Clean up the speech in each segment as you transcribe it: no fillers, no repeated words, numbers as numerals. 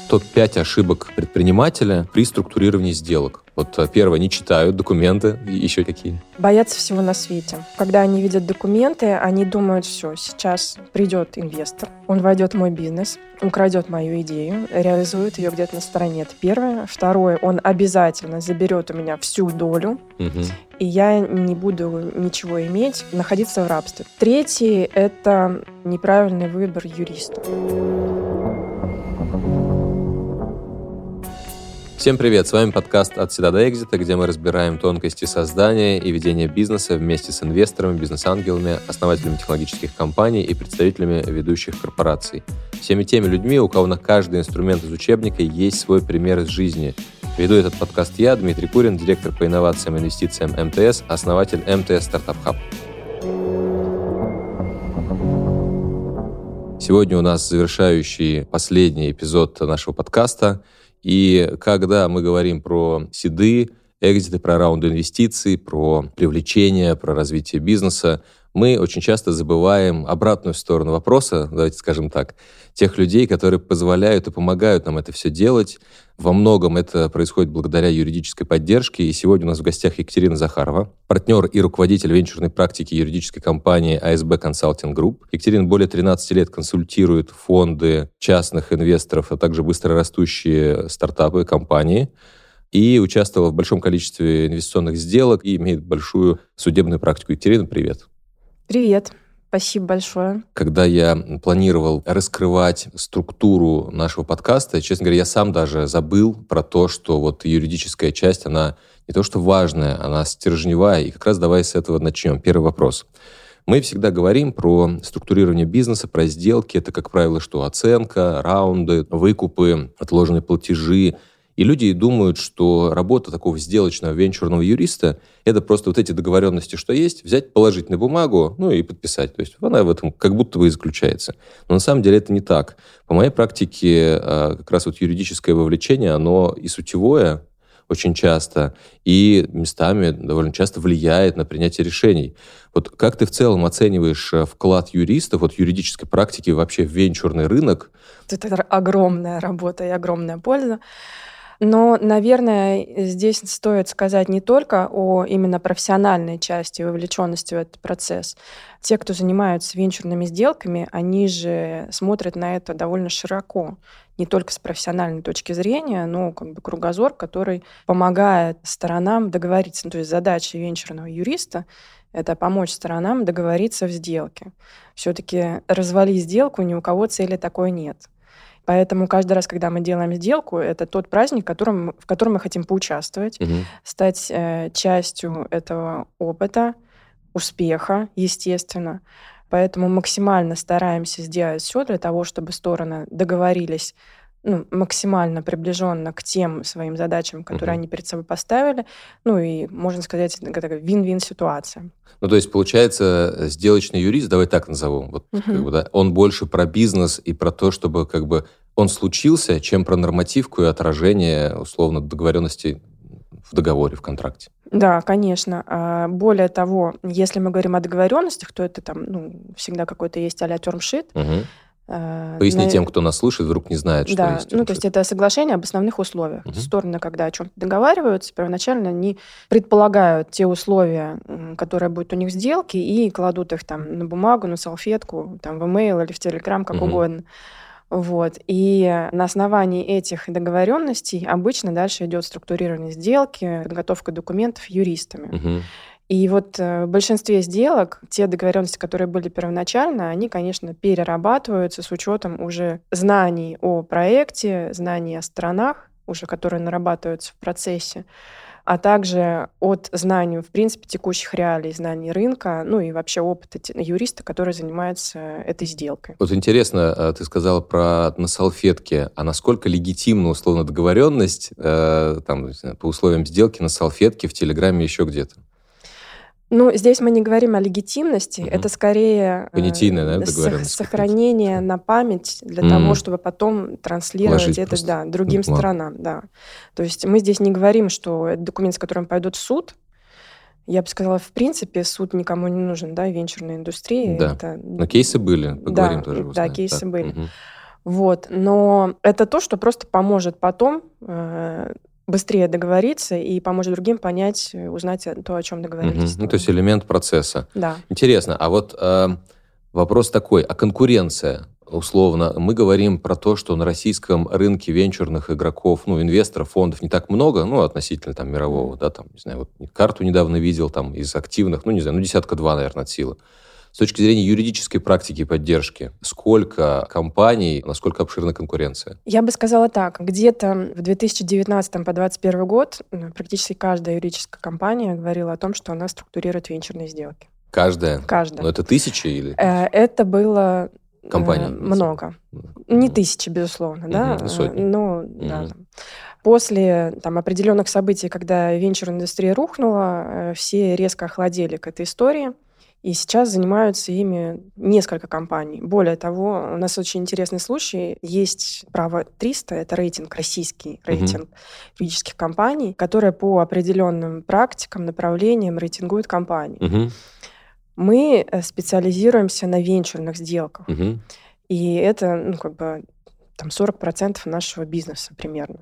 Топ-5 ошибок предпринимателя при структурировании сделок. Вот первое, не читают документы, и еще какие? Боятся всего на свете. Когда они видят документы, они думают, все, сейчас придет инвестор, он войдет в мой бизнес, украдет мою идею, реализует ее где-то на стороне. Это первое. Второе, он обязательно заберет у меня всю долю, и я не буду ничего иметь, находиться в рабстве. Третий – это неправильный выбор юриста. Всем привет! С вами подкаст «От седа до экзита», где мы разбираем тонкости создания и ведения бизнеса вместе с инвесторами, бизнес-ангелами, основателями технологических компаний и представителями ведущих корпораций. Всеми теми людьми, у кого на каждый инструмент из учебника есть свой пример из жизни. Веду этот подкаст я, Дмитрий Курин, директор по инновациям и инвестициям МТС, основатель МТС Стартап Хаб. Сегодня у нас завершающий последний эпизод нашего подкаста. И когда мы говорим про седы, экзиты, про раунды инвестиций, про привлечение, про развитие бизнеса, мы очень часто забываем обратную сторону вопроса, давайте скажем так, тех людей, которые позволяют и помогают нам это все делать. Во многом это происходит благодаря юридической поддержке. И сегодня у нас в гостях Екатерина Захарова, партнер и руководитель венчурной практики юридической компании АСБ Consulting Group. Екатерина более 13 лет консультирует фонды частных инвесторов, а также быстрорастущие стартапы, компании. И участвовала в большом количестве инвестиционных сделок и имеет большую судебную практику. Екатерина, привет. Привет. Спасибо большое. Когда я планировал раскрывать структуру нашего подкаста, честно говоря, я сам даже забыл про то, что вот юридическая часть, она не то что важная, она стержневая. И как раз давай с этого начнем. Первый вопрос. Мы всегда говорим про структурирование бизнеса, про сделки. Это, как правило, что? Оценка, раунды, выкупы, отложенные платежи. И люди думают, что работа такого сделочного венчурного юриста – это просто вот эти договоренности, что есть, взять, положить на бумагу, ну и подписать. То есть она в этом как будто бы и заключается. Но на самом деле это не так. По моей практике как раз вот юридическое вовлечение, оно и сутевое очень часто, и местами довольно часто влияет на принятие решений. Вот как ты в целом оцениваешь вклад юристов, вот юридической практики вообще в венчурный рынок? Это огромная работа и огромная польза. Но, наверное, здесь стоит сказать не только о именно профессиональной части, вовлеченности в этот процесс. Те, кто занимаются венчурными сделками, они же смотрят на это довольно широко. Не только с профессиональной точки зрения, но как бы кругозор, который помогает сторонам договориться. То есть задача венчурного юриста – это помочь сторонам договориться в сделке. Все-таки развалить сделку ни у кого цели такой нет. Поэтому каждый раз, когда мы делаем сделку, это тот праздник, в котором мы хотим поучаствовать, стать частью этого опыта, успеха, естественно. Поэтому максимально стараемся сделать все для того, чтобы стороны договорились максимально приближенно к тем своим задачам, которые они перед собой поставили. И, можно сказать, это такая вин-вин ситуация. То есть, получается, сделочный юрист, давай так назову, он больше про бизнес и про то, чтобы он случился, чем про нормативку и отражение, условно, договоренностей в договоре, в контракте. Да, конечно. Более того, если мы говорим о договоренностях, то это всегда какой-то есть а-ля термшит. Поясни тем, кто нас слушает, вдруг не знает, что есть. То есть это соглашение об основных условиях. Стороны, когда о чем-то договариваются, первоначально они предполагают те условия, которые будут у них в сделке, и кладут их на бумагу, на салфетку, в имейл или в Телеграм, как угодно. И на основании этих договоренностей обычно дальше идет структурирование сделки, подготовка документов юристами. И в большинстве сделок те договоренности, которые были первоначально, они, конечно, перерабатываются с учетом уже знаний о проекте, знаний о сторонах, уже которые нарабатываются в процессе, а также от знаний, в принципе, текущих реалий, знаний рынка, и вообще опыта юриста, который занимается этой сделкой. Интересно, ты сказала про на салфетке, а насколько легитимна, условно, договоренность по условиям сделки на салфетке, в Телеграме, еще где-то? Здесь мы не говорим о легитимности, это скорее понятийная, договоренность, сохранение на память для того, чтобы потом транслировать это другим сторонам. Да. То есть мы здесь не говорим, что это документ, с которым пойдут в суд. Я бы сказала, в принципе, суд никому не нужен, в венчурной индустрии. Да. Но кейсы были, поговорим тоже. Да, кейсы были. Вот. Но это то, что просто поможет потом быстрее договориться и поможет другим понять, узнать то, о чем договорились. Ну, то есть элемент процесса. Да. Интересно. А вот вопрос такой, а конкуренция? Условно, мы говорим про то, что на российском рынке венчурных игроков, инвесторов, фондов не так много, относительно там мирового, да, там, не знаю, вот карту недавно видел, там, из активных, не знаю, десятка-два, наверное, от силы. С точки зрения юридической практики и поддержки, сколько компаний, насколько обширна конкуренция? Я бы сказала так. Где-то в 2019 по 2021 год практически каждая юридическая компания говорила о том, что она структурирует венчурные сделки. Каждая? Каждая. Но это тысячи или? Это было компаний? много. Не тысячи, безусловно, да. Сотни. Да. После определенных событий, когда венчурная индустрия рухнула, все резко охладели к этой истории. И сейчас занимаются ими несколько компаний. Более того, у нас очень интересный случай. Есть право 300, это рейтинг, российский рейтинг юридических компаний, которые по определенным практикам, направлениям рейтингуют компании. Мы специализируемся на венчурных сделках. И это, 40% нашего бизнеса примерно.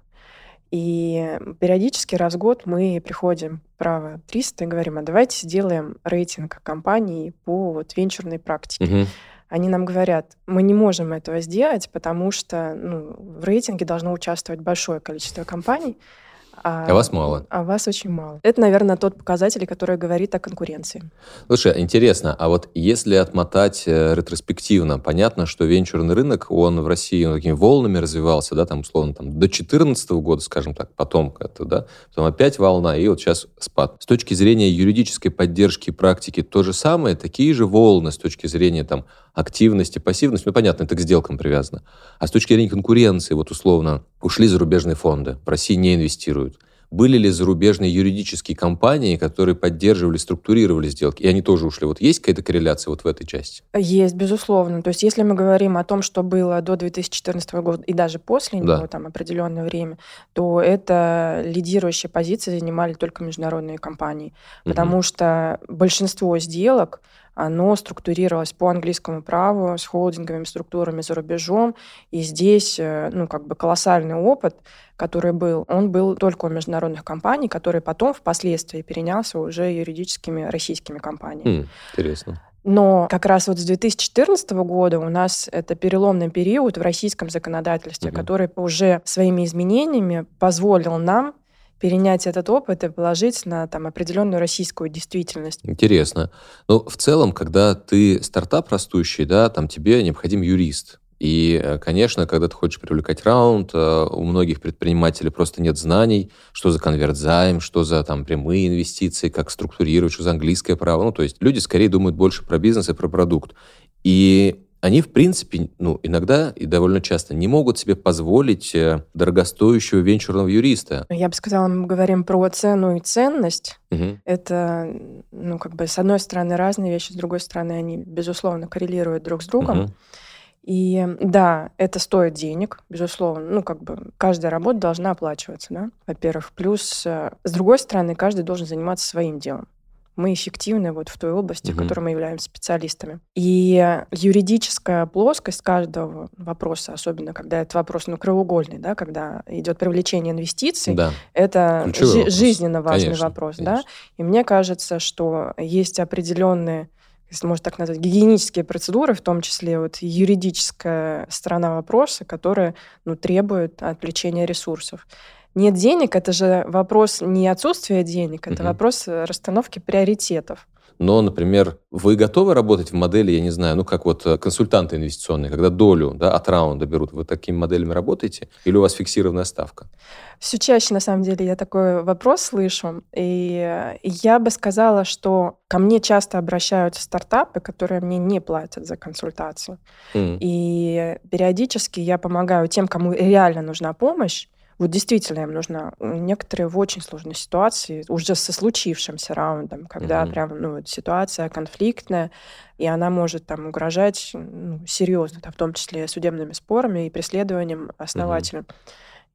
И периодически раз в год мы приходим в право 300 и говорим, а давайте сделаем рейтинг компаний по венчурной практике. Они нам говорят, мы не можем этого сделать, потому что в рейтинге должно участвовать большое количество компаний. А вас мало. А вас очень мало. Это, наверное, тот показатель, который говорит о конкуренции. Слушай, интересно, а вот если отмотать ретроспективно, понятно, что венчурный рынок, он в России такими волнами развивался, да, условно, до 2014 года, скажем так, потом опять волна, и вот сейчас спад. С точки зрения юридической поддержки и практики то же самое, такие же волны с точки зрения активности, пассивности, понятно, это к сделкам привязано. А с точки зрения конкуренции, условно, ушли зарубежные фонды, в России не инвестируют. Были ли зарубежные юридические компании, которые поддерживали, структурировали сделки, и они тоже ушли? Есть какая-то корреляция в этой части? Есть, безусловно. То есть если мы говорим о том, что было до 2014 года и даже после него, определенное время, то это лидирующие позиции занимали только международные компании. Потому что большинство сделок, оно структурировалось по английскому праву с холдинговыми структурами за рубежом. И здесь колоссальный опыт, который был, он был только у международных компаний, который потом впоследствии перенялся уже юридическими российскими компаниями. Интересно. Но как раз с 2014 года у нас это переломный период в российском законодательстве, который уже своими изменениями позволил нам перенять этот опыт и положить на определенную российскую действительность. Интересно. В целом, когда ты стартап растущий, тебе необходим юрист. И, конечно, когда ты хочешь привлекать раунд, у многих предпринимателей просто нет знаний, что за конвертзайм, что за прямые инвестиции, как структурировать, что за английское право. То есть люди скорее думают больше про бизнес и про продукт. И они, в принципе, иногда и довольно часто не могут себе позволить дорогостоящего венчурного юриста. Я бы сказала, мы говорим про цену и ценность. Это, с одной стороны, разные вещи, с другой стороны, они, безусловно, коррелируют друг с другом. И да, это стоит денег, безусловно. Каждая работа должна оплачиваться, да, во-первых. Плюс, с другой стороны, каждый должен заниматься своим делом. Мы эффективны в той области, в которой мы являемся специалистами. И юридическая плоскость каждого вопроса, особенно когда это вопрос краеугольный, да, когда идет привлечение инвестиций, это жизненно важный вопрос. Да? И мне кажется, что есть определенные, если можно так назвать, гигиенические процедуры, в том числе юридическая сторона вопроса, которая требует отвлечения ресурсов. Нет денег, это же вопрос не отсутствия денег, это вопрос расстановки приоритетов. Но, например, вы готовы работать в модели, я не знаю, как консультанты инвестиционные, когда долю от раунда берут, вы такими моделями работаете? Или у вас фиксированная ставка? Все чаще, на самом деле, я такой вопрос слышу. И я бы сказала, что ко мне часто обращаются стартапы, которые мне не платят за консультацию. И периодически я помогаю тем, кому реально нужна помощь. Действительно им нужна. Некоторые в очень сложной ситуации, уже со случившимся раундом, когда прям ситуация конфликтная, и она может угрожать серьезно, в том числе судебными спорами и преследованием основателя.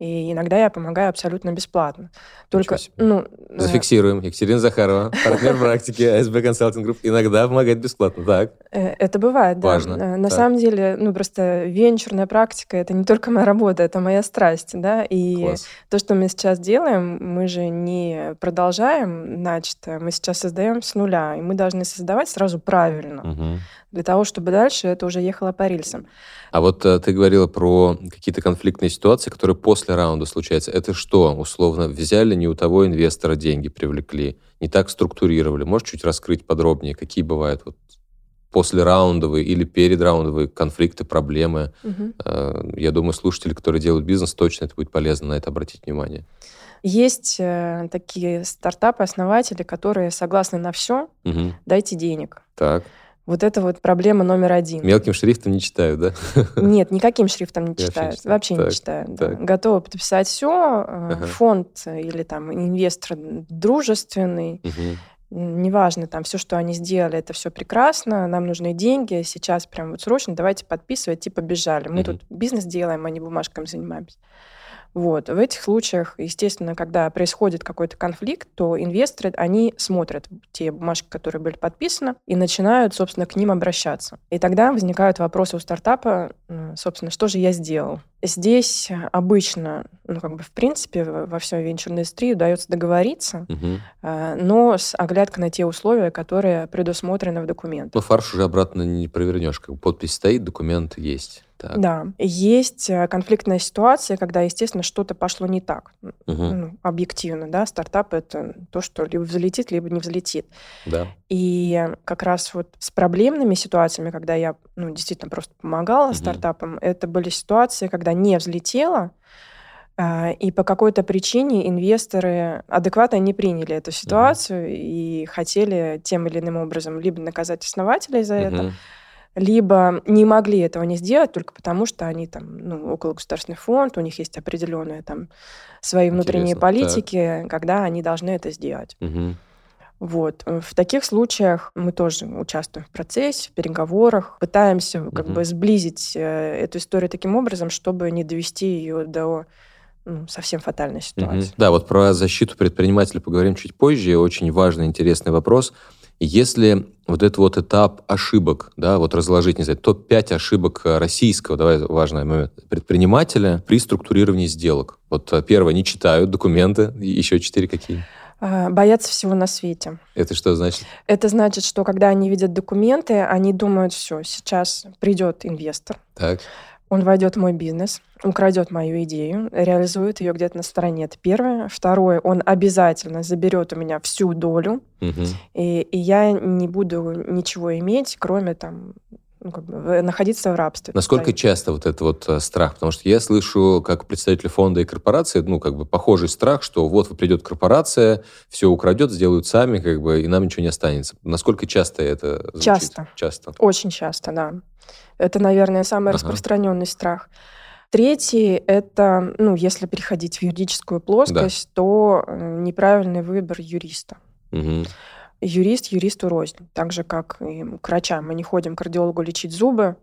И иногда я помогаю абсолютно бесплатно. Только, Зафиксируем. Екатерина Захарова, партнер практики АСБ Консалтинг Групп, иногда помогает бесплатно. Так. Это бывает, да. Важно. На самом деле, просто венчурная практика — это не только моя работа, это моя страсть, да. И Класс. то, что мы сейчас делаем, мы же не продолжаем начатое, мы сейчас создаем с нуля, и мы должны создавать сразу правильно, для того, чтобы дальше это уже ехало по рельсам. А вот ты говорила про какие-то конфликтные ситуации, которые после раунда случаются. Это что? Условно, взяли не у того инвестора деньги, привлекли, не так структурировали. Можешь чуть раскрыть подробнее, какие бывают послераундовые или передраундовые конфликты, проблемы? Я думаю, слушатели, которые делают бизнес, точно это будет полезно на это обратить внимание. Есть такие стартапы-основатели, которые согласны на все, дайте денег. Так. Вот это проблема номер один. Мелким шрифтом не читают, да? Нет, никаким шрифтом не читают. Вообще не читают. Да. Готовы подписать все. Фонд или инвестор дружественный. Неважно, все, что они сделали, это все прекрасно. Нам нужны деньги. Сейчас прям срочно давайте подписывать, побежали. Мы тут бизнес делаем, а не бумажками занимаемся. В этих случаях, естественно, когда происходит какой-то конфликт, то инвесторы, они смотрят те бумажки, которые были подписаны, и начинают, собственно, к ним обращаться. И тогда возникают вопросы у стартапа, собственно, что же я сделал? Здесь обычно, в принципе, во всей венчурной индустрии удается договориться, но с оглядкой на те условия, которые предусмотрены в документах. Но фарш уже обратно не провернешь. Подпись стоит, документ есть. Так. Да. Есть конфликтная ситуация, когда, естественно, что-то пошло не так. Объективно, да. Стартап — это то, что либо взлетит, либо не взлетит. Да. И как раз с проблемными ситуациями, когда я действительно просто помогала стартапам, это были ситуации, когда не взлетело, и по какой-то причине инвесторы адекватно не приняли эту ситуацию и хотели тем или иным образом либо наказать основателей за это, либо не могли этого не сделать только потому, что они около государственный фонд, у них есть определенные свои внутренние политики, когда они должны это сделать. В таких случаях мы тоже участвуем в процессе, в переговорах, пытаемся сблизить эту историю таким образом, чтобы не довести ее до совсем фатальной ситуации. Да, про защиту предпринимателя поговорим чуть позже. Очень важный, интересный вопрос. Если этот этап ошибок, да, разложить, не знаю, топ-5 ошибок российского, давай важный момент, предпринимателя при структурировании сделок. Первое, не читают документы, еще 4 какие? Боятся всего на свете. Это что значит? Это значит, что когда они видят документы, они думают, все, сейчас придет инвестор, так. Он войдет в мой бизнес, украдет мою идею, реализует ее где-то на стороне. Это первое. Второе, он обязательно заберет у меня всю долю, и я не буду ничего иметь, кроме находиться в рабстве. Насколько часто этот страх? Потому что я слышу, как представители фонда и корпорации, похожий страх, что придет корпорация, все украдет, сделают сами, и нам ничего не останется. Насколько часто это звучит? Часто. Очень часто, да. Это, наверное, самый распространенный страх. Третий — это, если переходить в юридическую плоскость, то неправильный выбор юриста. Юрист юристу рознь. Так же, как и к врачам. Мы не ходим к кардиологу лечить зубы.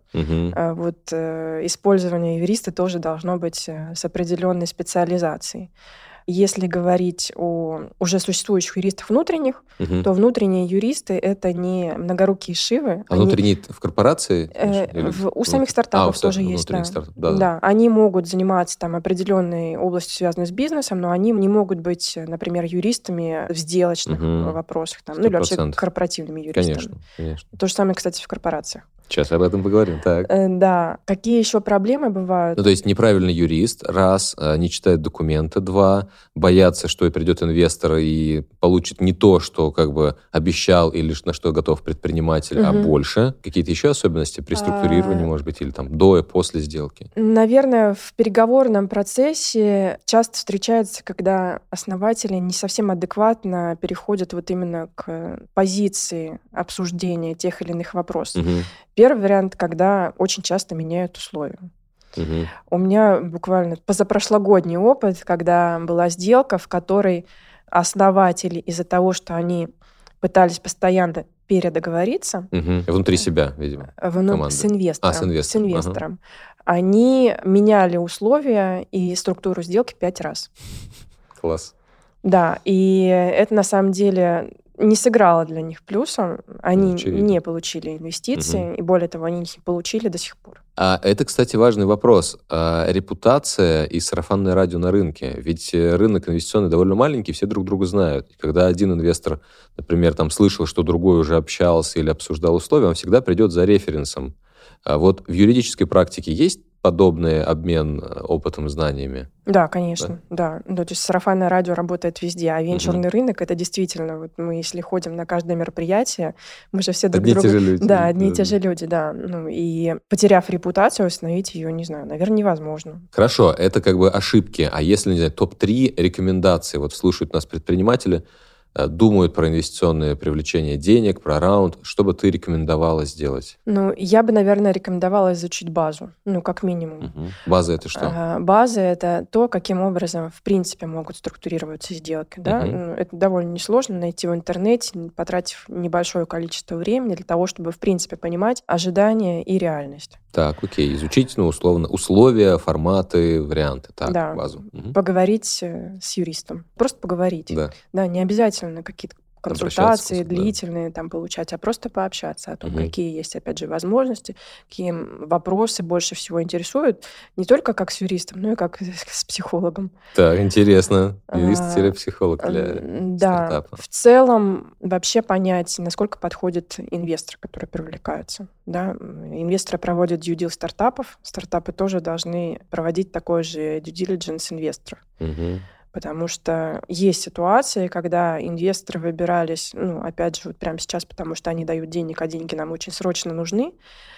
Использование юриста тоже должно быть с определенной специализацией. Если говорить о уже существующих юристах внутренних, то внутренние юристы — это не многорукие шивы. Внутренние в корпорации? У самих стартапов тоже есть. Да. Они могут заниматься определенной областью, связанной с бизнесом, но они не могут быть, например, юристами в сделочных вопросах, или вообще корпоративными юристами. Конечно. То же самое, кстати, в корпорациях. Сейчас об этом поговорим. Так. Да. Какие еще проблемы бывают? То есть неправильный юрист, раз, не читает документы, два, боятся, что придет инвестор и получит не то, что обещал или на что готов предприниматель, а больше. Какие-то еще особенности при структурировании, может быть, или до и после сделки? Наверное, в переговорном процессе часто встречается, когда основатели не совсем адекватно переходят именно к позиции обсуждения тех или иных вопросов. Первый вариант, когда очень часто меняют условия. У меня буквально позапрошлогодний опыт, когда была сделка, в которой основатели из-за того, что они пытались постоянно передоговориться. Внутри себя, видимо, команды. С инвестором. С инвестором. Они меняли условия и структуру сделки 5 раз. Класс. Да, и это на самом деле не сыграло для них плюсом. Они не получили инвестиции, и более того, они их не получили до сих пор. А это, кстати, важный вопрос. Репутация и сарафанное радио на рынке. Ведь рынок инвестиционный довольно маленький, все друг друга знают. Когда один инвестор, например, там слышал, что другой уже общался или обсуждал условия, он всегда придет за референсом. А вот в юридической практике есть подобный обмен опытом и знаниями? Да, конечно, да. То есть сарафанное радио работает везде, а венчурный рынок — это действительно, вот мы если ходим на каждое мероприятие, мы же все друг друга... Одни и те же люди. Да, одни и те же люди, да. И потеряв репутацию, остановить ее, не знаю, наверное, невозможно. Хорошо, это как бы ошибки. А если, не знаю, топ-3 рекомендаций, вот слушают нас предприниматели, думают про инвестиционное привлечение денег, про раунд, что бы ты рекомендовала сделать? Я бы, наверное, рекомендовала изучить базу, как минимум. База — это что? База — это то, каким образом, в принципе, могут структурироваться сделки. Да? Это довольно несложно найти в интернете, потратив небольшое количество времени для того, чтобы, в принципе, понимать ожидания и реальность. Так, окей. Изучить, условно, условия, форматы, варианты. Так, да. Базу. Поговорить с юристом. Просто поговорить. Да, не обязательно какие-то консультации длительные получать, а просто пообщаться о том, какие есть, опять же, возможности, какие вопросы больше всего интересуют, не только как с юристом, но и как с психологом. Так, интересно. Юрист-психолог для стартапа. В целом вообще понять, насколько подходит инвестор, который привлекается. Да? Инвесторы проводят due diligence стартапов, стартапы тоже должны проводить такой же due diligence инвесторов. Потому что есть ситуации, когда инвесторы выбирались, опять же, вот прямо сейчас, потому что они дают денег, а деньги нам очень срочно нужны,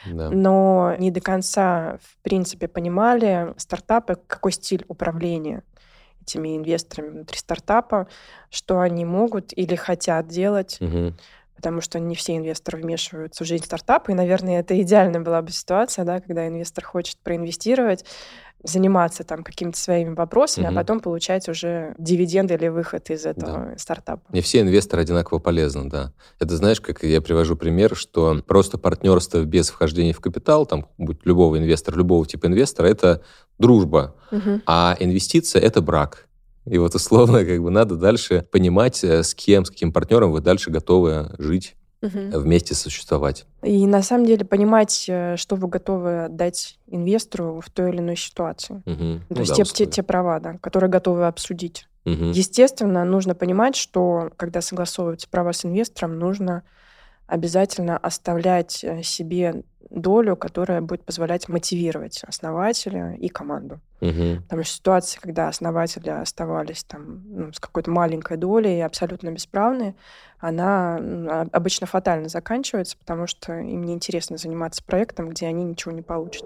но не до конца, в принципе, понимали стартапы, какой стиль управления этими инвесторами внутри стартапа, что они могут или хотят делать, потому что не все инвесторы вмешиваются в жизнь стартапа, и, наверное, это идеальная была бы ситуация, да, когда инвестор хочет проинвестировать, заниматься какими-то своими вопросами, а потом получать уже дивиденды или выход из этого стартапа. Не все инвесторы одинаково полезны, да. Это, знаешь, как я привожу пример, что просто партнерство без вхождения в капитал, будь любого инвестора, любого типа инвестора, это дружба, а инвестиция — это брак. И вот условно надо дальше понимать, с каким партнером вы дальше готовы жить, вместе существовать. И на самом деле понимать, что вы готовы отдать инвестору в той или иной ситуации. То есть те права, которые готовы обсудить. Естественно, нужно понимать, что когда согласовываются права с инвестором, нужно обязательно оставлять себе долю, которая будет позволять мотивировать основателя и команду. Потому что ситуации, когда основатели оставались с какой-то маленькой долей, абсолютно бесправные, она обычно фатально заканчивается, потому что им неинтересно заниматься проектом, где они ничего не получат.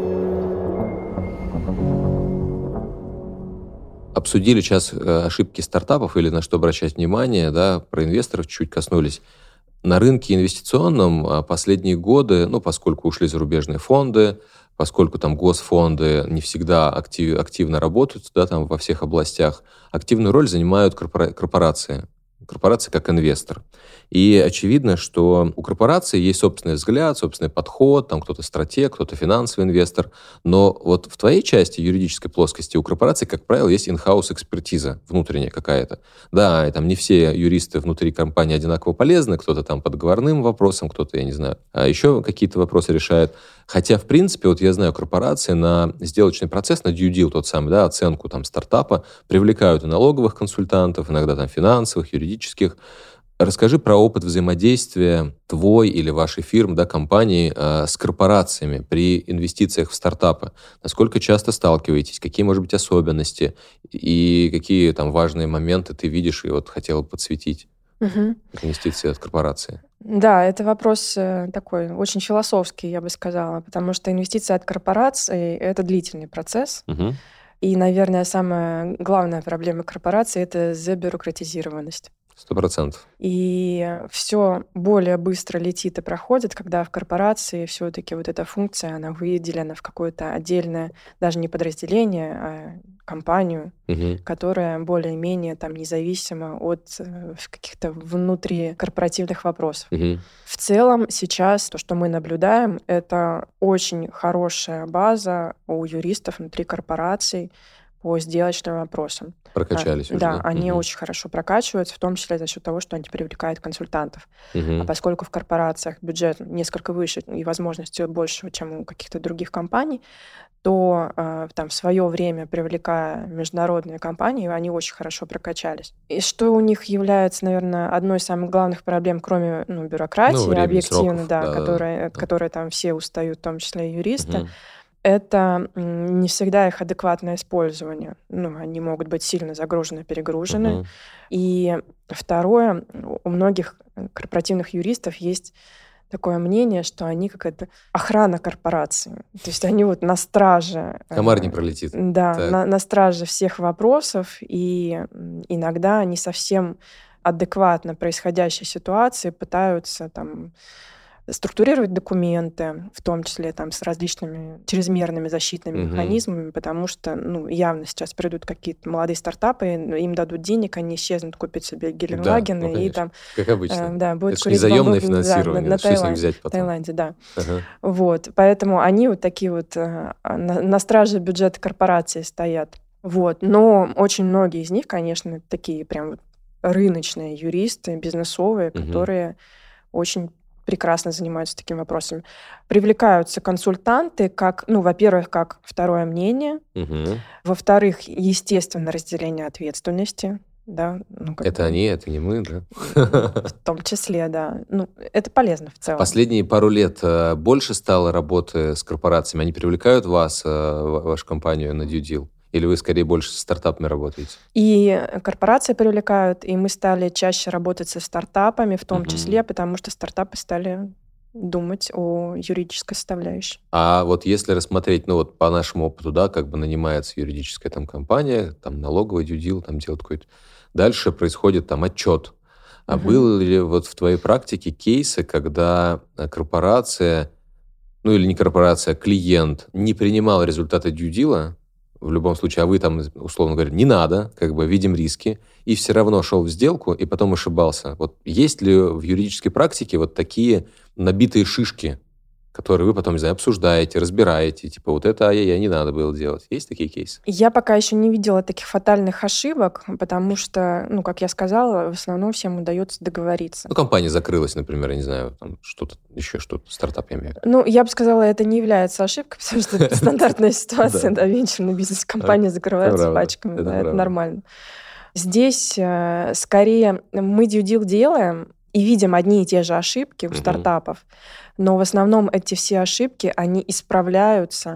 Обсудили сейчас ошибки стартапов или на что обращать внимание, да, про инвесторов чуть коснулись. На рынке инвестиционном последние годы, поскольку ушли зарубежные фонды, поскольку госфонды не всегда активно работают, во всех областях, активную роль занимают корпорации. Корпорация как инвестор. И очевидно, что у корпорации есть собственный взгляд, собственный подход, кто-то стратег, кто-то финансовый инвестор. Но вот в твоей части, юридической плоскости, у корпорации, как правило, есть in-house экспертиза внутренняя какая-то. Да, и не все юристы внутри компании одинаково полезны, кто-то по договорным вопросам, кто-то, я не знаю, а еще какие-то вопросы решает. Хотя, в принципе, я знаю, корпорации на сделочный процесс, на due deal тот самый, оценку стартапа, привлекают и налоговых консультантов, иногда финансовых, юридических. Расскажи про опыт взаимодействия твой или вашей фирмы, компании с корпорациями при инвестициях в стартапы. Насколько часто сталкиваетесь, какие, может быть, особенности и какие важные моменты ты видишь и хотела бы подсветить инвестиции от корпорации? Да, это вопрос такой очень философский, я бы сказала, потому что инвестиции от корпораций — это длительный процесс. И, наверное, самая главная проблема корпорации — это забюрократизированность. 100%. И все более быстро летит и проходит, когда в корпорации все-таки вот эта функция, она выделена в какое-то отдельное, даже не подразделение, а компанию, которая более-менее там независима от каких-то внутрикорпоративных вопросов. В целом сейчас то, что мы наблюдаем, это очень хорошая база у юристов внутри корпораций по сделочным вопросам. Прокачались уже, да? Да, они очень хорошо прокачиваются, в том числе за счет того, что они привлекают консультантов. А поскольку в корпорациях бюджет несколько выше и возможности больше, чем у каких-то других компаний, то там в свое время, привлекая международные компании, они очень хорошо прокачались. И что у них является, наверное, одной из самых главных проблем, кроме бюрократии, объективно, от которой там все устают, в том числе и юристы, это не всегда их адекватное использование. Они могут быть сильно загружены, перегружены. И второе, у многих корпоративных юристов есть такое мнение, что они какая-то охрана корпорации. То есть они вот на страже. Комар не пролетит. Да, на страже всех вопросов, и иногда не совсем адекватно происходящей ситуации пытаются там структурировать документы, в том числе там с различными чрезмерными защитными механизмами, потому что явно сейчас придут какие-то молодые стартапы, им дадут денег, они исчезнут, купят себе Гелендваген, и там... Как обычно. будет это же заемное финансирование. На Что с них взять потом? Таиланде, да. Вот. Поэтому они вот такие вот на страже бюджета корпорации стоят. Вот. Но очень многие из них, конечно, такие прям вот рыночные юристы, бизнесовые, которые очень прекрасно занимаются такими вопросами. Привлекаются консультанты, как, во-первых, как второе мнение, во-вторых, естественно, разделение ответственности. Да, это они, это не мы, да? В том числе, да. Это полезно в целом. Последние пару лет больше стало работы с корпорациями? Они привлекают вас, вашу компанию, на due deal? Или вы скорее больше с стартапами работаете? И корпорации привлекают, и мы стали чаще работать со стартапами, в том числе, потому что стартапы стали думать о юридической составляющей. А вот если рассмотреть, по нашему опыту, да, как бы нанимается юридическая там компания, там налоговый due deal, там делают какой-то... Дальше происходит там отчет. А было ли вот в твоей практике кейсы, когда корпорация, или не корпорация, а клиент не принимал результаты due deal, в любом случае, а вы там, условно говоря, не надо, как бы видим риски, и все равно шел в сделку, и потом ошибался. Вот есть ли в юридической практике вот такие набитые шишки, которые вы потом, не знаю, обсуждаете, разбираете, типа вот это ай-яй-яй, не надо было делать? Есть такие кейсы? Я пока еще не видела таких фатальных ошибок, потому что, как я сказала, в основном всем удается договориться. Компания закрылась, например, я не знаю, там что-то, стартап, я имею в виду. Я бы сказала, это не является ошибкой, потому что это стандартная ситуация, да, венчурный бизнес, компания закрывается пачками, это нормально. Здесь скорее мы due deal делаем и видим одни и те же ошибки у стартапов, но в основном эти все ошибки, они исправляются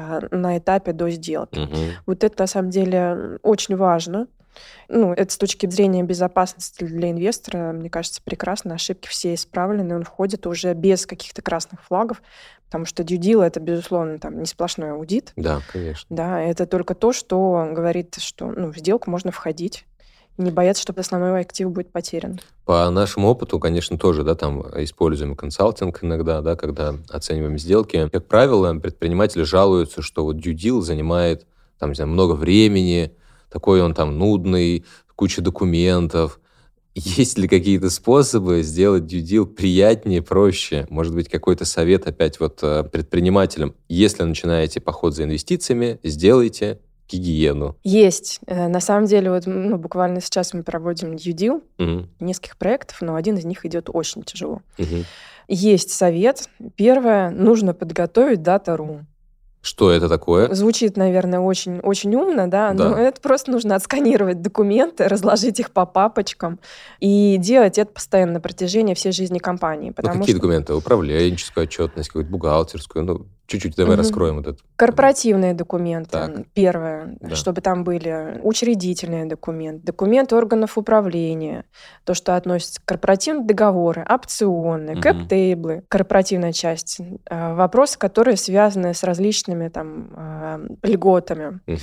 на этапе до сделки. Вот это, на самом деле, очень важно. Это с точки зрения безопасности для инвестора, мне кажется, прекрасно. Ошибки все исправлены, он входит уже без каких-то красных флагов, потому что due deal — это, безусловно, там не сплошной аудит. Да, конечно. Да, это только то, что говорит, что в сделку можно входить. Не бояться, что основной актив будет потерян. По нашему опыту, конечно, тоже, да, там используем консалтинг иногда, да, когда оцениваем сделки. Как правило, предприниматели жалуются, что вот due deal занимает, там, не знаю, много времени, такой он там нудный, куча документов. Есть ли какие-то способы сделать due deal приятнее, проще? Может быть, какой-то совет опять вот предпринимателям? Если начинаете поход за инвестициями, сделайте гигиену. Есть. На самом деле, вот буквально сейчас мы проводим due deal нескольких проектов, но один из них идет очень тяжело. Есть совет. Первое, нужно подготовить data room. Что это такое? Звучит, наверное, очень, очень умно, да, но это просто нужно отсканировать документы, разложить их по папочкам и делать это постоянно на протяжении всей жизни компании. Какие документы? Управленческую отчетность, какую-то бухгалтерскую? Чуть-чуть давай раскроем вот это. Корпоративные документы. Первое, чтобы там были учредительные документы, документы органов управления, то, что относится к корпоративным договорам, опционные, кэп-тейблы, корпоративная часть, вопросы, которые связаны с различными там льготами.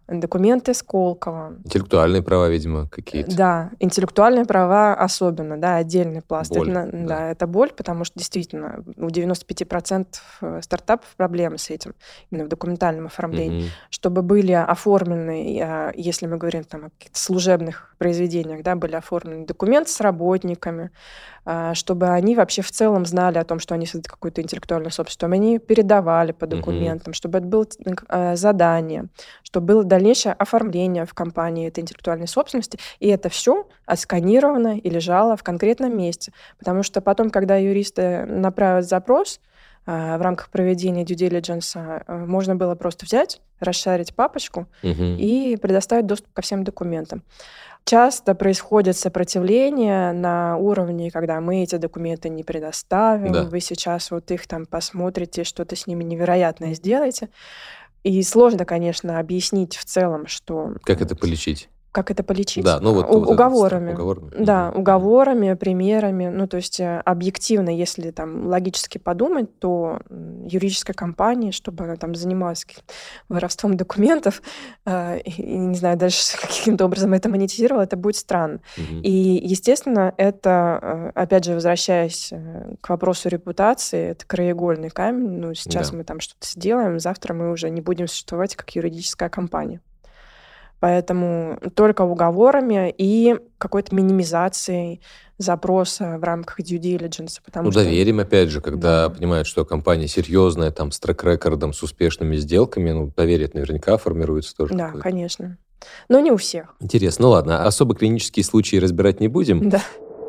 документы Сколково. Интеллектуальные права, видимо, какие-то. Да, интеллектуальные права особенно, да, отдельный пласт. Боль, да, это боль, потому что действительно у 95% стартапов проблемы с этим, именно в документальном оформлении. Чтобы были оформлены, если мы говорим там, о каких-то служебных произведениях, да, были оформлены документы с работниками, чтобы они вообще в целом знали о том, что они создают какую-то интеллектуальную собственность, чтобы они передавали по документам, чтобы это было задание, чтобы было дальнейшее оформление в компании этой интеллектуальной собственности, и это все отсканировано и лежало в конкретном месте. Потому что потом, когда юристы направят запрос в рамках проведения due diligence, можно было просто взять, расшарить папочку и предоставить доступ ко всем документам. Часто происходит сопротивление на уровне, когда мы эти документы не предоставим, вы сейчас вот их там посмотрите, что-то с ними невероятное сделаете. И сложно, конечно, объяснить в целом, что... Как это полечить? Как это полечить? Да, уговорами. Да, уговорами, примерами. То есть объективно, если там логически подумать, то юридической компании, чтобы она там занималась воровством документов, и, не знаю, дальше каким-то образом это монетизировала, это будет странно. И, естественно, это, опять же, возвращаясь к вопросу репутации, это краеугольный камень. Сейчас мы там что-то сделаем, завтра мы уже не будем существовать как юридическая компания. Поэтому только уговорами и какой-то минимизацией запроса в рамках due diligence. Доверием, опять же, когда понимают, что компания серьезная, там, с трек-рекордом, с успешными сделками, доверие наверняка формируется тоже. Да, конечно. Но не у всех. Интересно. Ладно, особо клинические случаи разбирать не будем. Да.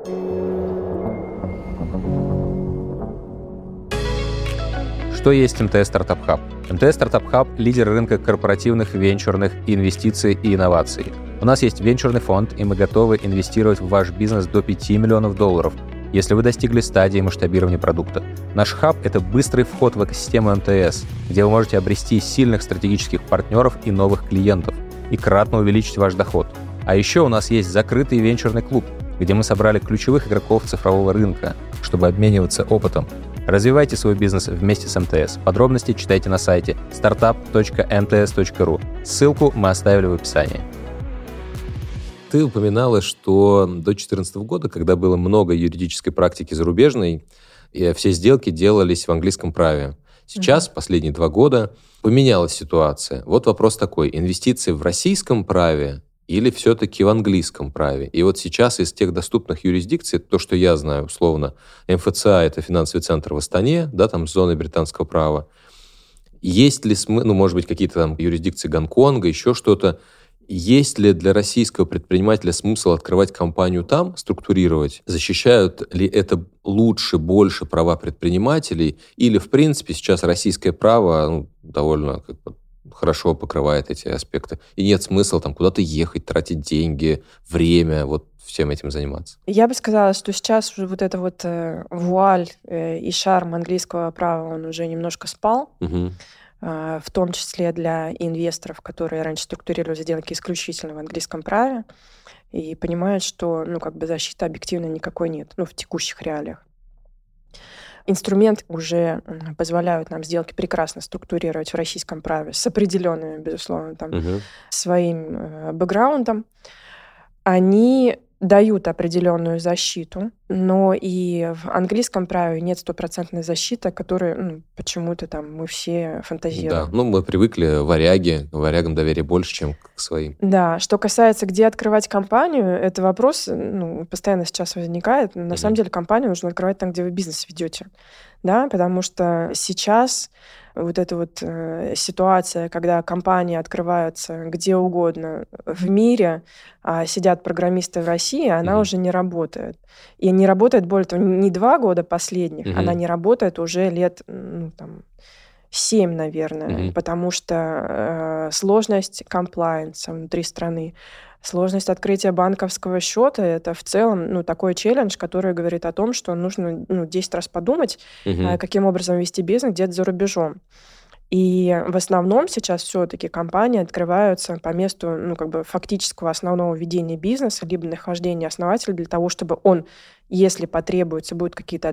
Что есть МТС Стартап Хаб? МТС Стартап Хаб – лидер рынка корпоративных, венчурных инвестиций и инноваций. У нас есть венчурный фонд, и мы готовы инвестировать в ваш бизнес до $5 миллионов, если вы достигли стадии масштабирования продукта. Наш хаб – это быстрый вход в экосистему МТС, где вы можете обрести сильных стратегических партнеров и новых клиентов, и кратно увеличить ваш доход. А еще у нас есть закрытый венчурный клуб, где мы собрали ключевых игроков цифрового рынка, чтобы обмениваться опытом. Развивайте свой бизнес вместе с МТС. Подробности читайте на сайте startup.mts.ru. Ссылку мы оставили в описании. Ты упоминала, что до 2014 года, когда было много юридической практики зарубежной, все сделки делались в английском праве. Сейчас, последние 2 года, поменялась ситуация. Вот вопрос такой. Инвестиции в российском праве или все-таки в английском праве? И вот сейчас из тех доступных юрисдикций, то, что я знаю, условно, МФЦА – это финансовый центр в Астане, да, там с зоной британского права. Есть ли может быть, какие-то там юрисдикции Гонконга, еще что-то? Есть ли для российского предпринимателя смысл открывать компанию там, структурировать? Защищают ли это лучше, больше права предпринимателей? Или, в принципе, сейчас российское право довольно хорошо покрывает эти аспекты? И нет смысла там куда-то ехать, тратить деньги, время, вот всем этим заниматься? Я бы сказала, что сейчас уже вот эта вот вуаль и шарм английского права, он уже немножко спал. В том числе для инвесторов, которые раньше структурировали сделки исключительно в английском праве и понимают, что защиты объективно никакой нет, в текущих реалиях. Инструменты уже позволяют нам сделки прекрасно структурировать в российском праве с определенным, безусловно, своим бэкграундом. Они дают определенную защиту, но и в английском праве нет стопроцентной защиты, которой почему-то мы все фантазируем. Да, мы привыкли варягам доверие больше, чем к своим. Да, что касается, где открывать компанию, это вопрос, постоянно сейчас возникает. На самом деле компанию нужно открывать там, где вы бизнес ведете, да, потому что сейчас вот эта вот ситуация, когда компании открываются где угодно в мире, а сидят программисты в России, она уже не работает. И не работает, более того, не 2 года последних, она не работает уже лет 7, наверное, потому что сложность комплаенса внутри страны, сложность открытия банковского счета – это в целом такой челлендж, который говорит о том, что нужно 10 раз подумать, каким образом вести бизнес где-то за рубежом. И в основном сейчас все-таки компании открываются по месту фактического основного ведения бизнеса, либо нахождения основателя для того, чтобы он, если потребуется, будут какие-то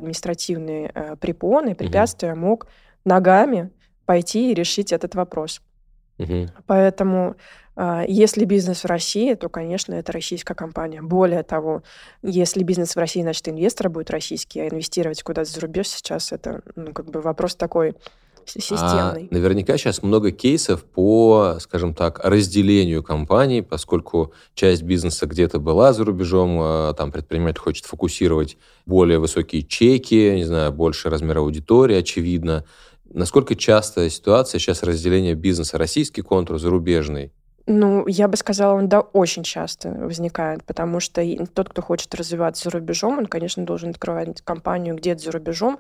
административные препоны, препятствия, мог ногами пойти и решить этот вопрос. Поэтому если бизнес в России, то, конечно, это российская компания. Более того, если бизнес в России, значит, инвестор будет российский, а инвестировать куда-то за рубеж сейчас это вопрос такой системный. Наверняка сейчас много кейсов по, скажем так, разделению компаний, поскольку часть бизнеса где-то была за рубежом, там предприниматель хочет фокусировать более высокие чеки, не знаю, больше размер аудитории, очевидно. Насколько частая ситуация сейчас разделения бизнеса, российский контур, зарубежный? Я бы сказала, он, очень часто возникает, потому что тот, кто хочет развиваться за рубежом, он, конечно, должен открывать компанию где-то за рубежом,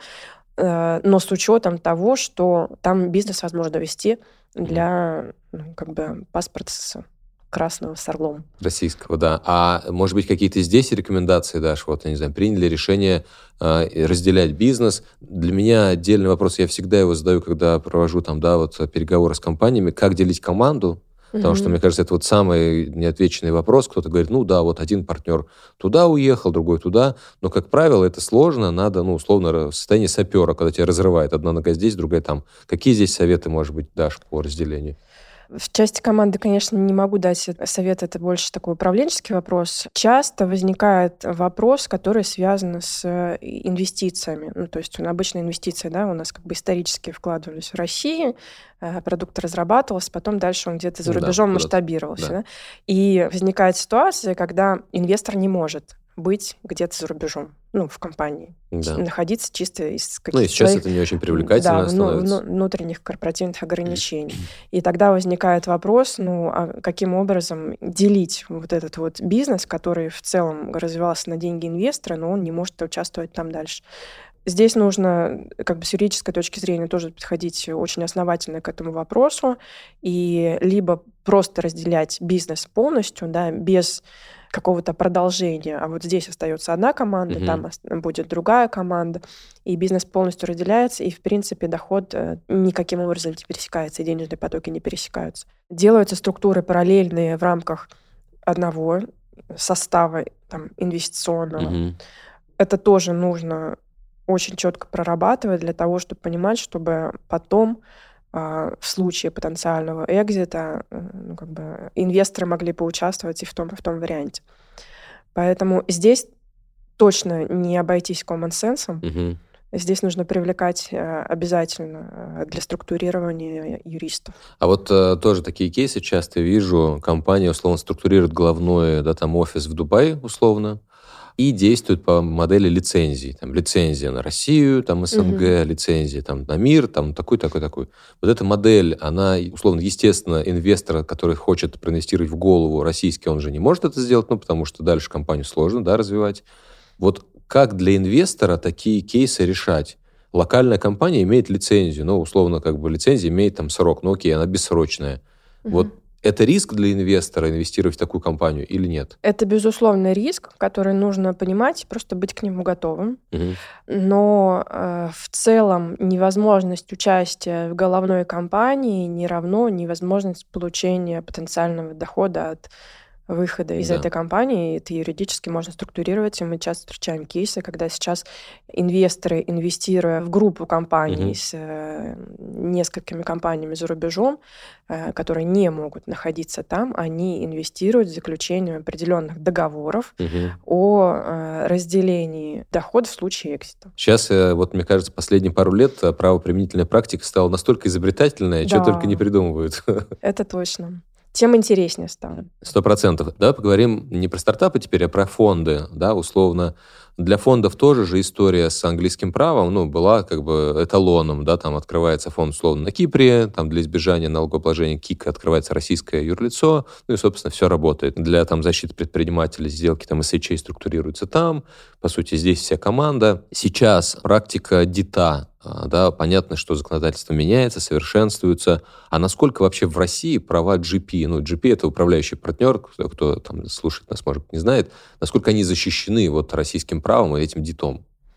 но с учетом того, что там бизнес возможно вести для паспорта красного с орлом. Российского, да. А может быть, какие-то здесь рекомендации дашь? Вот, я не знаю, приняли решение разделять бизнес. Для меня отдельный вопрос, я всегда его задаю, когда провожу переговоры с компаниями, как делить команду. Потому что, мне кажется, это самый неотвеченный вопрос. Кто-то говорит, один партнер туда уехал, другой туда. Но, как правило, это сложно. Надо, условно, в состоянии сапера, когда тебя разрывает. Одна нога здесь, другая там. Какие здесь советы, может быть, дашь по разделению? В части команды, конечно, не могу дать совет, это больше такой управленческий вопрос. Часто возникает вопрос, который связан с инвестициями. То есть обычно инвестиции, у нас исторически вкладывались в России, продукт разрабатывался, потом дальше он где-то за рубежом масштабировался. Да. И возникает ситуация, когда инвестор не может быть где-то за рубежом, в компании. Да. Находиться чисто из каких-то сейчас это не очень привлекательно становится. Внутренних корпоративных ограничений. И тогда возникает вопрос, а каким образом делить этот бизнес, который в целом развивался на деньги инвестора, но он не может участвовать там дальше. Здесь нужно с юридической точки зрения тоже подходить очень основательно к этому вопросу и либо просто разделять бизнес полностью, без какого-то продолжения, а вот здесь остается одна команда, там будет другая команда, и бизнес полностью разделяется, и, в принципе, доход никаким образом не пересекается, и денежные потоки не пересекаются. Делаются структуры параллельные в рамках одного состава инвестиционного. Это тоже нужно очень четко прорабатывать для того, чтобы понимать, чтобы потом в случае потенциального экзита инвесторы могли поучаствовать и в том варианте. Поэтому здесь точно не обойтись common-sense. Здесь нужно привлекать обязательно для структурирования юристов. А вот тоже такие кейсы часто вижу. Компания, условно, структурирует головной офис в Дубае, условно, и действует по модели лицензий. Лицензия на Россию, СНГ, лицензия на мир, такой. Вот эта модель, она, условно, естественно, инвестора, который хочет проинвестировать в голову российский, он же не может это сделать, потому что дальше компанию сложно, развивать. Вот как для инвестора такие кейсы решать? Локальная компания имеет лицензию, условно, лицензия имеет срок, окей, она бессрочная. Вот это риск для инвестора инвестировать в такую компанию или нет? Это, безусловно, риск, который нужно понимать, просто быть к нему готовым. Но в целом невозможность участия в головной компании не равно невозможность получения потенциального дохода от выхода из этой компании. Это юридически можно структурировать, и мы часто встречаем кейсы, когда сейчас инвесторы, инвестируя в группу компаний с несколькими компаниями за рубежом, которые не могут находиться там, они инвестируют в заключение определенных договоров о разделении дохода в случае экзита. Сейчас, мне кажется, последние пару лет правоприменительная практика стала настолько изобретательная, что только не придумывают. Это точно. Тем интереснее стало. 100%. Давай поговорим не про стартапы теперь, а про фонды. Условно, для фондов тоже же история с английским правом была эталоном. Открывается фонд, условно, на Кипре, для избежания налогообложения КИК открывается российское юрлицо, и, собственно, все работает. Для защиты предпринимателей сделки SHA структурируются там. По сути, здесь вся команда. Сейчас практика ДИТа. Понятно, что законодательство меняется, совершенствуется. А насколько вообще в России права GP? GP – это управляющий партнер, кто слушает нас, может быть, не знает. Насколько они защищены российским правом и этим ДИТом?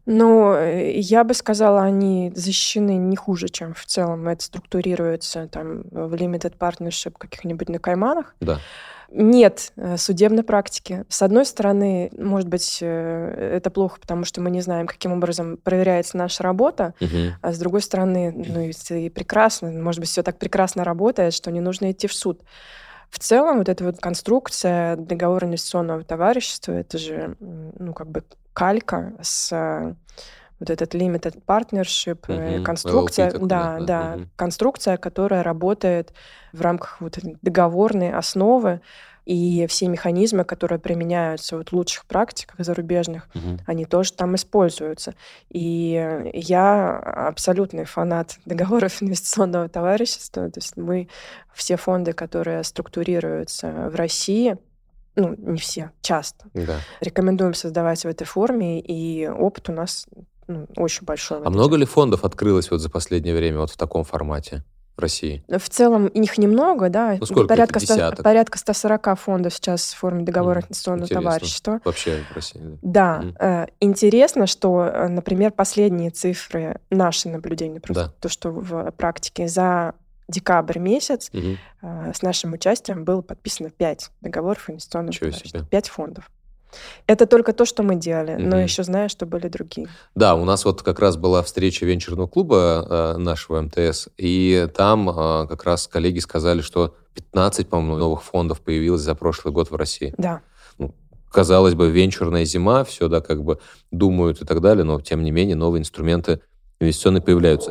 Ну, я бы сказала, они защищены не хуже, чем в целом это структурируется там в limited partnership каких-нибудь на Кайманах. Да. Нет судебной практики. С одной стороны, может быть, это плохо, потому что мы не знаем, каким образом проверяется наша работа, а с другой стороны, ну, это и прекрасно, может быть, все так прекрасно работает, что не нужно идти в суд. В целом, вот эта вот конструкция договора инвестиционного товарищества, это же, ну, как бы калька с вот этот limited partnership, конструкция, LP, конструкция, которая работает в рамках вот этой договорной основы, и все механизмы, которые применяются вот в лучших практиках зарубежных, они тоже там используются. И я абсолютный фанат договоров инвестиционного товарищества. То есть мы все фонды, которые структурируются в России, ну, не все, часто, рекомендуем создавать в этой форме, и опыт у нас очень большой. А много ли фондов открылось вот за последнее время вот в таком формате в России? В целом их немного, да. Ну, сколько? Порядка 140 фондов сейчас в форме договора инвестиционного товарищества. Вообще в России. Да. Интересно, что, например, последние цифры, наши наблюдения, просто то, что в практике за декабрь месяц с нашим участием было подписано 5 договоров инвестиционного товарищества. 5 фондов. Это только то, что мы делали, но еще знаю, что были другие. Да, у нас вот как раз была встреча венчурного клуба нашего МТС, и там как раз коллеги сказали, что 15, по-моему, новых фондов появилось за прошлый год в России. Да. Ну, казалось бы, венчурная зима, все, да, как бы думают и так далее, но тем не менее новые инструменты инвестиционные появляются.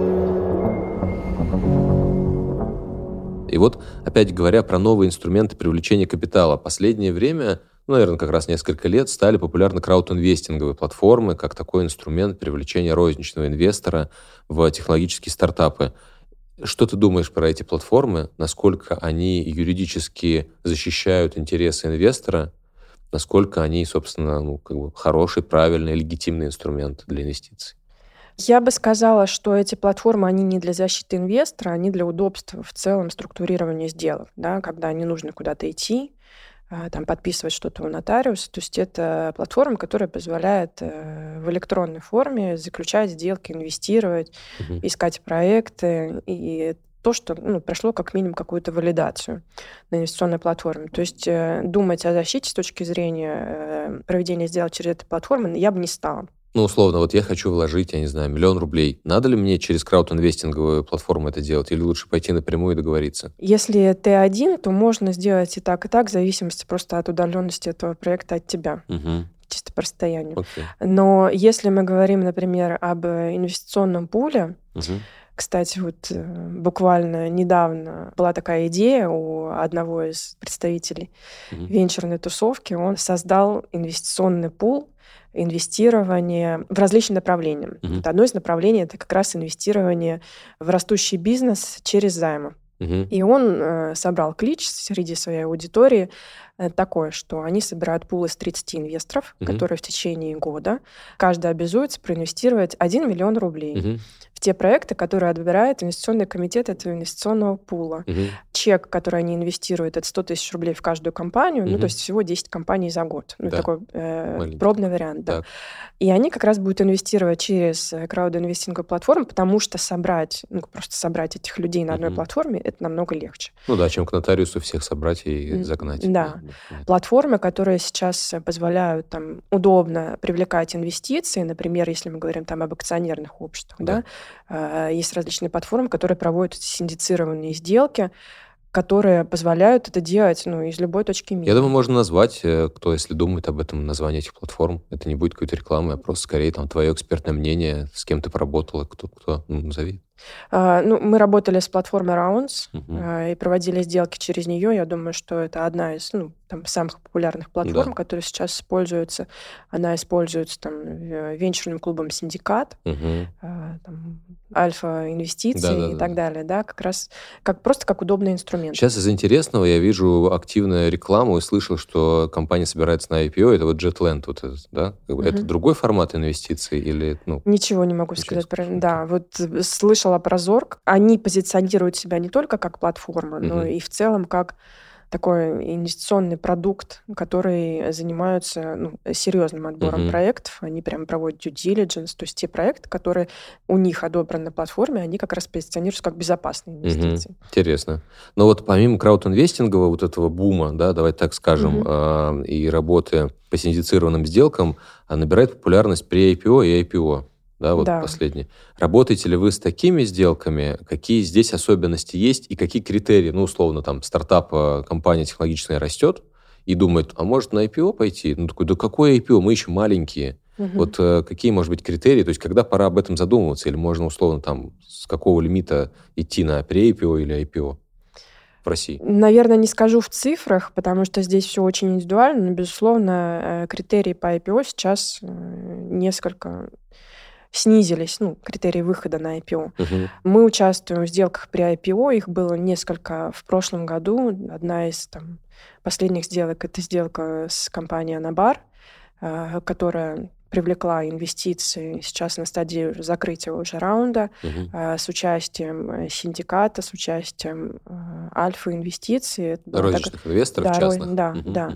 И вот, опять говоря, про новые инструменты привлечения капитала. Последнее время, наверное, как раз несколько лет, стали популярны краудинвестинговые платформы как такой инструмент привлечения розничного инвестора в технологические стартапы. Что ты думаешь про эти платформы? Насколько они юридически защищают интересы инвестора? Насколько они, собственно, хороший, правильный, легитимный инструмент для инвестиций? Я бы сказала, что эти платформы, они не для защиты инвестора, они для удобства в целом структурирования сделок, да, когда не нужно куда-то идти, там, подписывать что-то у нотариуса. То есть это платформа, которая позволяет в электронной форме заключать сделки, инвестировать, искать проекты и то, что прошло как минимум какую-то валидацию на инвестиционной платформе. То есть думать о защите с точки зрения проведения сделок через эту платформу я бы не стала. Ну, условно, вот я хочу вложить, я не знаю, 1 000 000 рублей. Надо ли мне через краудинвестинговую платформу это делать? Или лучше пойти напрямую и договориться? Если ты один, то можно сделать и так, в зависимости просто от удаленности этого проекта от тебя. Чисто по расстоянию. Но если мы говорим, например, об инвестиционном пуле, кстати, вот буквально недавно была такая идея у одного из представителей венчурной тусовки. Он создал инвестиционный пул, инвестирование в различные направления. Вот одно из направлений – это как раз инвестирование в растущий бизнес через займы. И он собрал клич среди своей аудитории такое, что они собирают пул из 30 инвесторов, которые в течение года каждый обязуется проинвестировать 1 миллион рублей в те проекты, которые отбирает инвестиционный комитет этого инвестиционного пула. Чек, который они инвестируют, это 100 000 рублей в каждую компанию, то есть всего 10 компаний за год. Такой пробный вариант. Да. И они как раз будут инвестировать через краудинвестинговую платформу, потому что просто собрать этих людей на одной платформе, это намного легче. Ну да, чем к нотариусу всех собрать и загнать. Да. Платформы, которые сейчас позволяют там удобно привлекать инвестиции, например, если мы говорим там об акционерных обществах, есть различные платформы, которые проводят синдицированные сделки, которые позволяют это делать из любой точки мира. Я думаю, можно назвать, кто, если думает об этом, название этих платформ. Это не будет какой-то рекламой, а просто скорее там твое экспертное мнение, с кем ты поработала, кто назови. Мы работали с платформой Rounds и проводили сделки через нее. Я думаю, что это одна из самых популярных платформ, которые сейчас используются. Она используется венчурным клубом «Синдикат», Альфа-инвестиции и так далее. Да, как раз просто как удобный инструмент. Сейчас из интересного я вижу активную рекламу и слышал, что компания собирается на IPO. Это вот Jetland. Вот это, да? Это другой формат инвестиций? Или, Ничего не могу сказать про это. Да, вот слышала про Зорг. Они позиционируют себя не только как платформа, но и в целом как такой инвестиционный продукт, который занимаются серьезным отбором проектов. Они прям проводят due diligence, то есть те проекты, которые у них одобрены на платформе, они как раз позиционируются как безопасные инвестиции. Интересно. Но вот помимо краудинвестингового вот этого бума, да, давайте так скажем, и работы по синдицированным сделкам, набирает популярность при IPO и IPO. Да, вот последний. Работаете ли вы с такими сделками? Какие здесь особенности есть и какие критерии? Условно, там, стартап, компания технологичная растет и думает, а может на IPO пойти? Такой, да какое IPO? Мы еще маленькие. Вот какие, может быть, критерии? То есть, когда пора об этом задумываться? Или можно, условно, там, с какого лимита идти на pre-IPO или IPO в России? Наверное, не скажу в цифрах, потому что здесь все очень индивидуально, но, безусловно, критерии по IPO сейчас несколько снизились, критерии выхода на IPO. Мы участвуем в сделках при IPO, их было несколько в прошлом году. Одна из последних сделок — это сделка с компанией Anabar, которая привлекла инвестиции сейчас на стадии закрытия уже раунда, с участием синдиката, с участием Альфа-инвестиций. Розничных инвесторов частных. Да.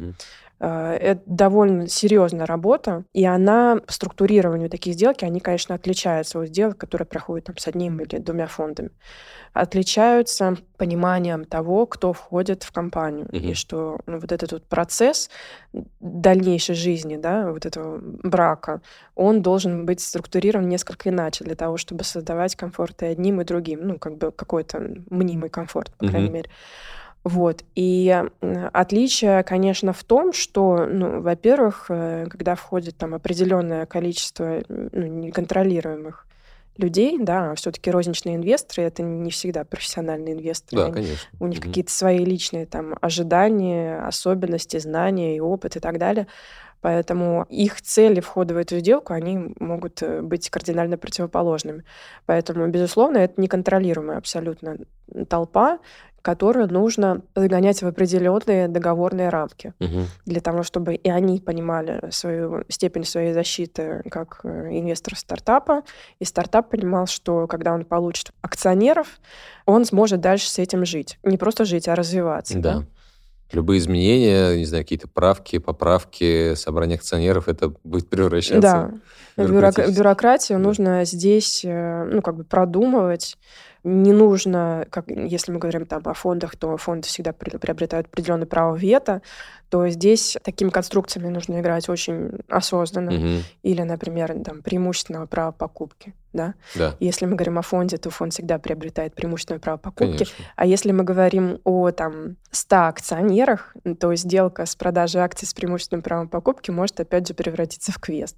Это довольно серьезная работа, и она по структурированию таких сделок, они, конечно, отличаются от сделок, которые проходят с одним или двумя фондами. Отличаются пониманием того, кто входит в компанию, и что вот этот вот процесс дальнейшей жизни, да, вот этого брака, он должен быть структурирован несколько иначе для того, чтобы создавать комфорт и одним, и другим. Какой-то мнимый комфорт, по крайней мере. Вот. И отличие, конечно, в том, что, во-первых, когда входит определенное количество неконтролируемых людей, да, все-таки розничные инвесторы — это не всегда профессиональные инвесторы. Да, конечно. У них какие-то свои личные ожидания, особенности, знания и опыт и так далее. Поэтому их цели входа в эту сделку, они могут быть кардинально противоположными. Поэтому, безусловно, это неконтролируемая абсолютно толпа, которую нужно загонять в определенные договорные рамки для того, чтобы и они понимали свою степень своей защиты как инвестор стартапа, и стартап понимал, что когда он получит акционеров, он сможет дальше с этим жить. Не просто жить, а развиваться. Да. Любые изменения, не знаю, какие-то правки, поправки, собрание акционеров, это будет превращаться в бюрократию нужно здесь продумывать. Не нужно, если мы говорим о фондах, то фонды всегда приобретают определенное право вето, то здесь такими конструкциями нужно играть очень осознанно. Или, например, преимущественного права покупки. Да? Да. Если мы говорим о фонде, то фонд всегда приобретает преимущественное право покупки. Конечно. А если мы говорим о 100 акционерах, то сделка с продажей акций с преимущественным правом покупки может, опять же, превратиться в квест.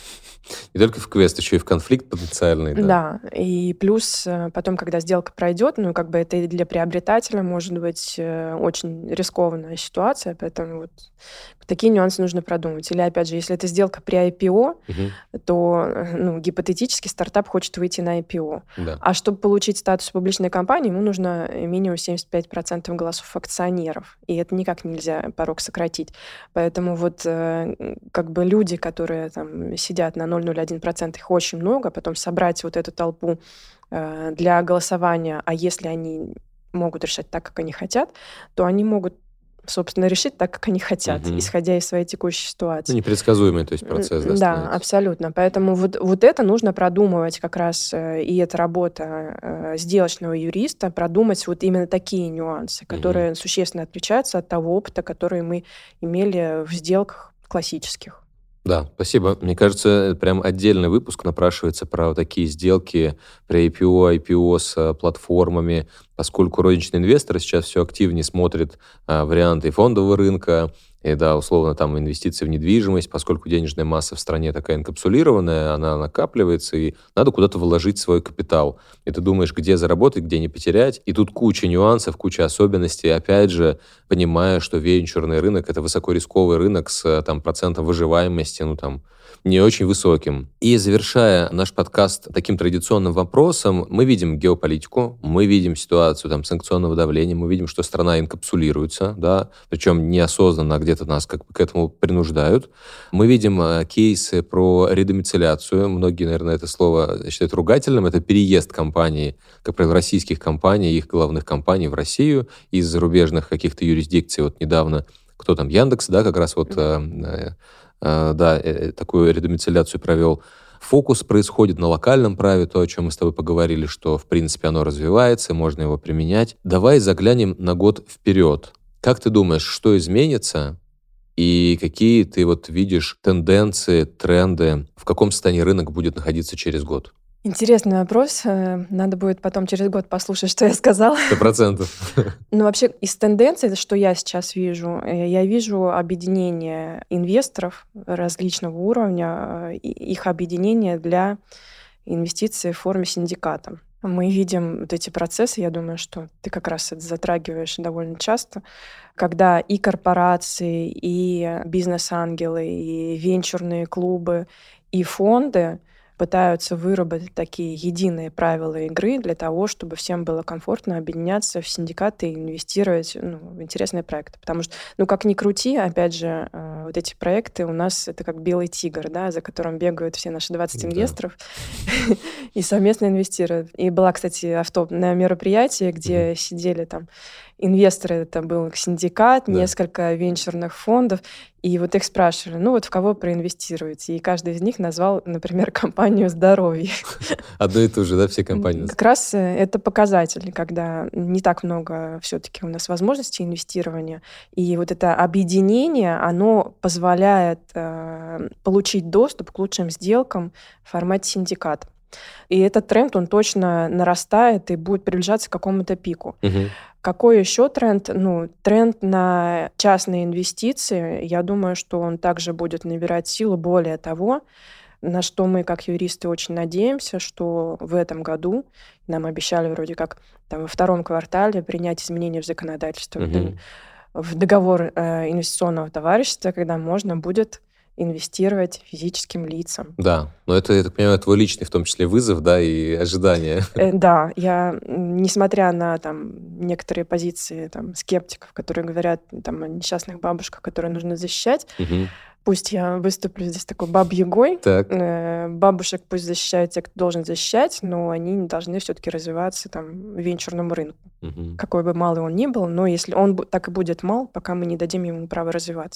Не только в квест, еще и в конфликт потенциальный. Да, и плюс потом, когда сделка пройдет, это и для приобретателя может быть очень рискованная ситуация, поэтому такие нюансы нужно продумать. Или, опять же, если это сделка при IPO, то гипотетически стартап хочет выйти на IPO. Да. А чтобы получить статус публичной компании, ему нужно минимум 75% голосов акционеров. И это никак нельзя порог сократить. Поэтому люди, которые сидят на 0,01%, их очень много, потом собрать эту толпу для голосования, а если они могут решать так, как они хотят, то они могут, собственно, решить так, как они хотят, исходя из своей текущей ситуации. Непредсказуемый, то есть, процесс. Да, абсолютно. Поэтому это нужно продумывать как раз, и это работа сделочного юриста, продумать именно такие нюансы, которые существенно отличаются от того опыта, который мы имели в сделках классических. Да, спасибо. Мне кажется, прям отдельный выпуск напрашивается про такие сделки при IPO с платформами, поскольку розничные инвесторы сейчас все активнее смотрят варианты фондового рынка, и, условно, инвестиции в недвижимость, поскольку денежная масса в стране такая инкапсулированная, она накапливается, и надо куда-то вложить свой капитал. И ты думаешь, где заработать, где не потерять. И тут куча нюансов, куча особенностей. Опять же, понимая, что венчурный рынок — это высокорисковый рынок с процентом выживаемости, не очень высоким. И завершая наш подкаст таким традиционным вопросом, мы видим геополитику, мы видим ситуацию там, санкционного давления, мы видим, что страна инкапсулируется, да, причем неосознанно где-то нас как бы к этому принуждают. Мы видим кейсы про редомицеляцию. Многие, наверное, это слово считают ругательным. Это переезд компаний, как правило, российских компаний, их главных компаний в Россию из зарубежных каких-то юрисдикций. Вот недавно, кто там, Яндекс, да, как раз вот, такую редомицеляцию провел. Фокус происходит на локальном праве, то, о чем мы с тобой поговорили, что, в принципе, оно развивается, можно его применять. Давай заглянем на год вперед. Как ты думаешь, что изменится и какие ты вот видишь тенденции, тренды, в каком состоянии рынок будет находиться через год? Интересный вопрос. Надо будет потом через год послушать, что я сказала. 100%. Ну, вообще, из тенденций, что я сейчас вижу, я вижу объединение инвесторов различного уровня, их объединение для инвестиций в форме синдиката. Мы видим вот эти процессы, я думаю, что ты как раз это затрагиваешь довольно часто, когда и корпорации, и бизнес-ангелы, и венчурные клубы, и фонды пытаются выработать такие единые правила игры для того, чтобы всем было комфортно объединяться в синдикаты и инвестировать в интересные проекты. Потому что, как ни крути, опять же, вот эти проекты у нас это как белый тигр, да, за которым бегают все наши 20 инвесторов и совместно инвестируют. И была, кстати, автопное мероприятие, где сидели там инвесторы, это был синдикат, несколько венчурных фондов, и вот их спрашивали, в кого проинвестируете? И каждый из них назвал, например, компанию «Здоровье». Одно и то же, да, все компании? Как раз это показатель, когда не так много все-таки у нас возможностей инвестирования, и вот это объединение, оно позволяет получить доступ к лучшим сделкам в формате синдиката. И этот тренд, он точно нарастает и будет приближаться к какому-то пику. Какой еще тренд? Тренд на частные инвестиции. Я думаю, что он также будет набирать силу. Более того, на что мы, как юристы, очень надеемся, что в этом году нам обещали вроде как во втором квартале принять изменения в законодательство, в договор инвестиционного товарищества, когда можно будет инвестировать физическим лицам. Да, но это, я так понимаю, твой личный, в том числе, вызов, да, и ожидания. Да, я, несмотря на некоторые позиции скептиков, которые говорят о несчастных бабушках, которые нужно защищать, пусть я выступлю здесь такой бабьягой, бабушек пусть защищают те, кто должен защищать, но они должны все-таки развиваться венчурному рынку. Какой бы малый он ни был, но если он так и будет мал, пока мы не дадим ему право развиваться.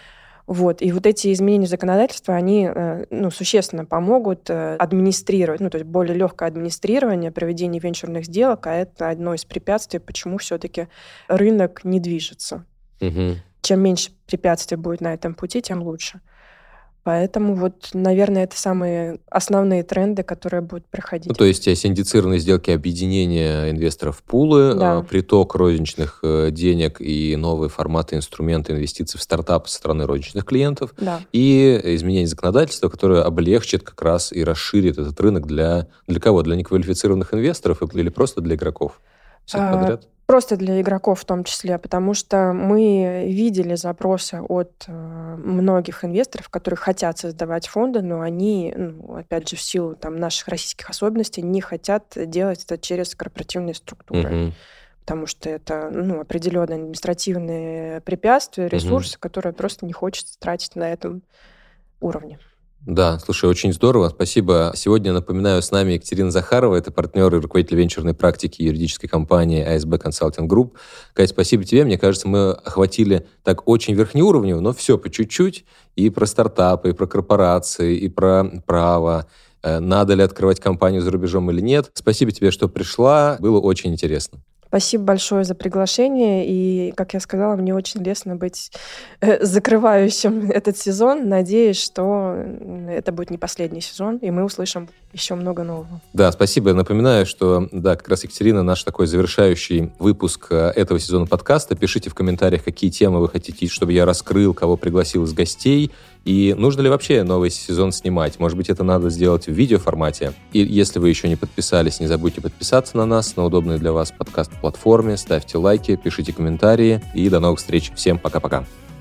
И вот эти изменения законодательства, они существенно помогут администрировать, то есть более легкое администрирование, проведение венчурных сделок, а это одно из препятствий, почему все-таки рынок не движется. Чем меньше препятствий будет на этом пути, тем лучше. Поэтому наверное, это самые основные тренды, которые будут проходить. То есть синдицированные сделки, объединение инвесторов в пулы, приток розничных денег и новые форматы, инструменты инвестиций в стартапы со стороны розничных клиентов. И изменение законодательства, которое облегчит как раз и расширит этот рынок для кого? Для неквалифицированных инвесторов или просто для игроков? Всех подряд? Просто для игроков в том числе, потому что мы видели запросы от многих инвесторов, которые хотят создавать фонды, но они, опять же, в силу наших российских особенностей, не хотят делать это через корпоративные структуры. Потому что это определенные административные препятствия, ресурсы, которые просто не хочется тратить на этом уровне. Да, слушай, очень здорово, спасибо. Сегодня, напоминаю, с нами Екатерина Захарова, это партнер и руководитель венчурной практики юридической компании ASB Consulting Group. Кать, спасибо тебе. Мне кажется, мы охватили так очень верхнеуровнево, но все по чуть-чуть. И про стартапы, и про корпорации, и про право. Надо ли открывать компанию за рубежом или нет. Спасибо тебе, что пришла. Было очень интересно. Спасибо большое за приглашение. И, как я сказала, мне очень лестно быть закрывающим этот сезон. Надеюсь, что это будет не последний сезон, и мы услышим еще много нового. Да, спасибо. Напоминаю, что как раз Екатерина наш такой завершающий выпуск этого сезона подкаста. Пишите в комментариях, какие темы вы хотите, чтобы я раскрыл, кого пригласил из гостей. И нужно ли вообще новый сезон снимать? Может быть, это надо сделать в видеоформате? И если вы еще не подписались, не забудьте подписаться на нас на удобной для вас подкаст-платформе. Ставьте лайки, пишите комментарии. И до новых встреч. Всем пока-пока.